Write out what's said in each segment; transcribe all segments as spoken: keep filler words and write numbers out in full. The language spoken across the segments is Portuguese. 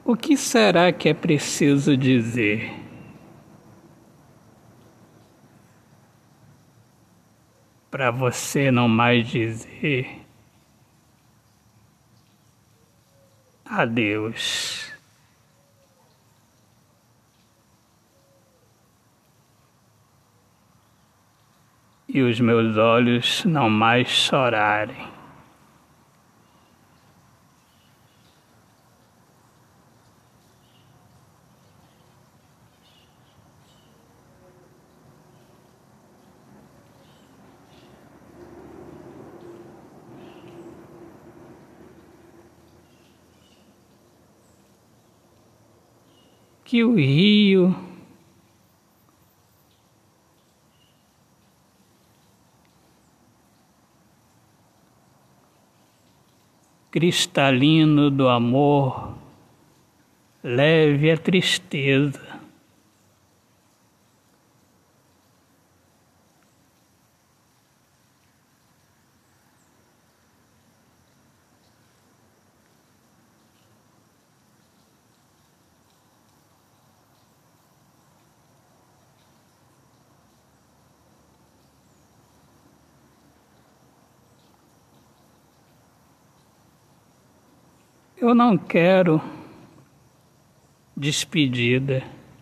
O que será que é preciso dizer para você não mais dizer adeus? E os meus olhos não mais chorarem. Que o rio cristalino do amor leve a tristeza, eu não quero despedida.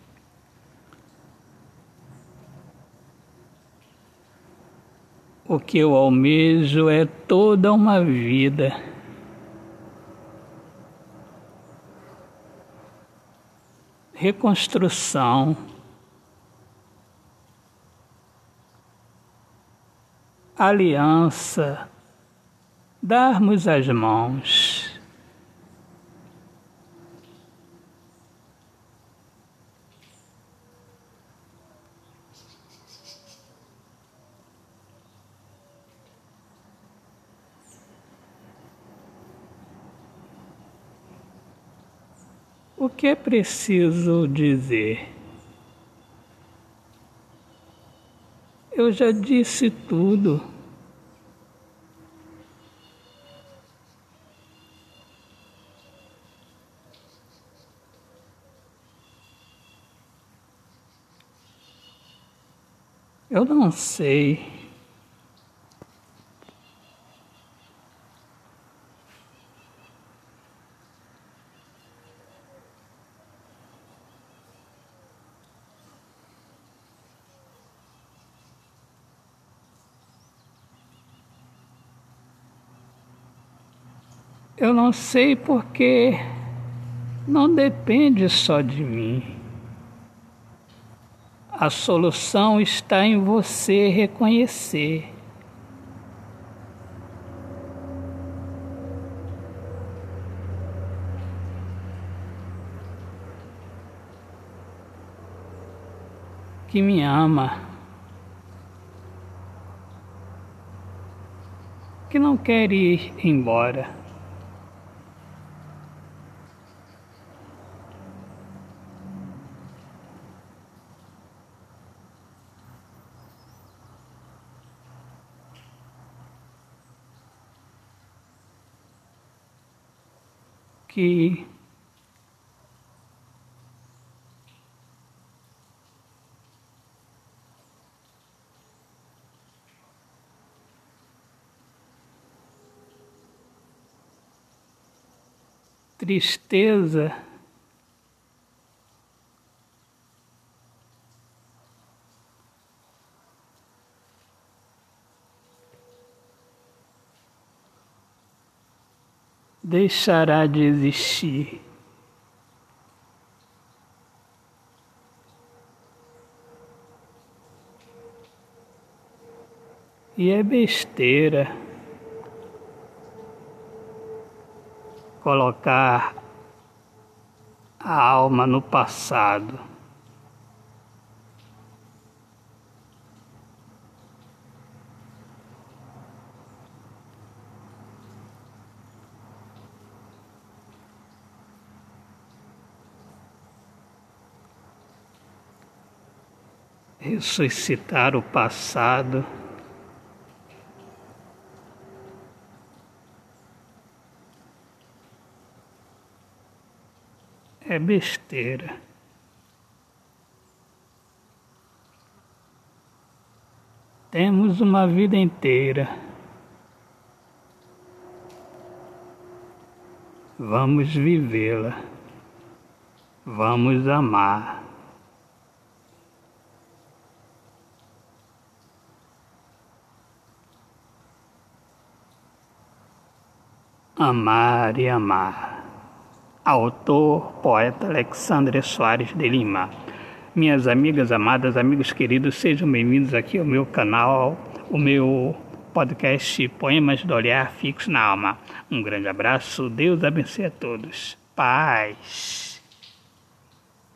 O que eu almejo é toda uma vida. Reconstrução, aliança, darmos as mãos. O que é preciso dizer? Eu já disse tudo. Eu não sei. Eu não sei porque não depende só de mim. A solução está em você reconhecer. Que me ama. Que não quer ir embora. Que tristeza deixará de existir. E é besteira colocar a alma no passado. Ressuscitar o passado é besteira. Temos uma vida inteira. Vamos vivê-la. Vamos amar. Amar e amar. Autor, poeta Alexandre Soares de Lima. Minhas amigas amadas, amigos queridos, sejam bem-vindos aqui ao meu canal, o meu podcast Poemas do Olhar Fixo na Alma. Um grande abraço, Deus abençoe a todos. Paz.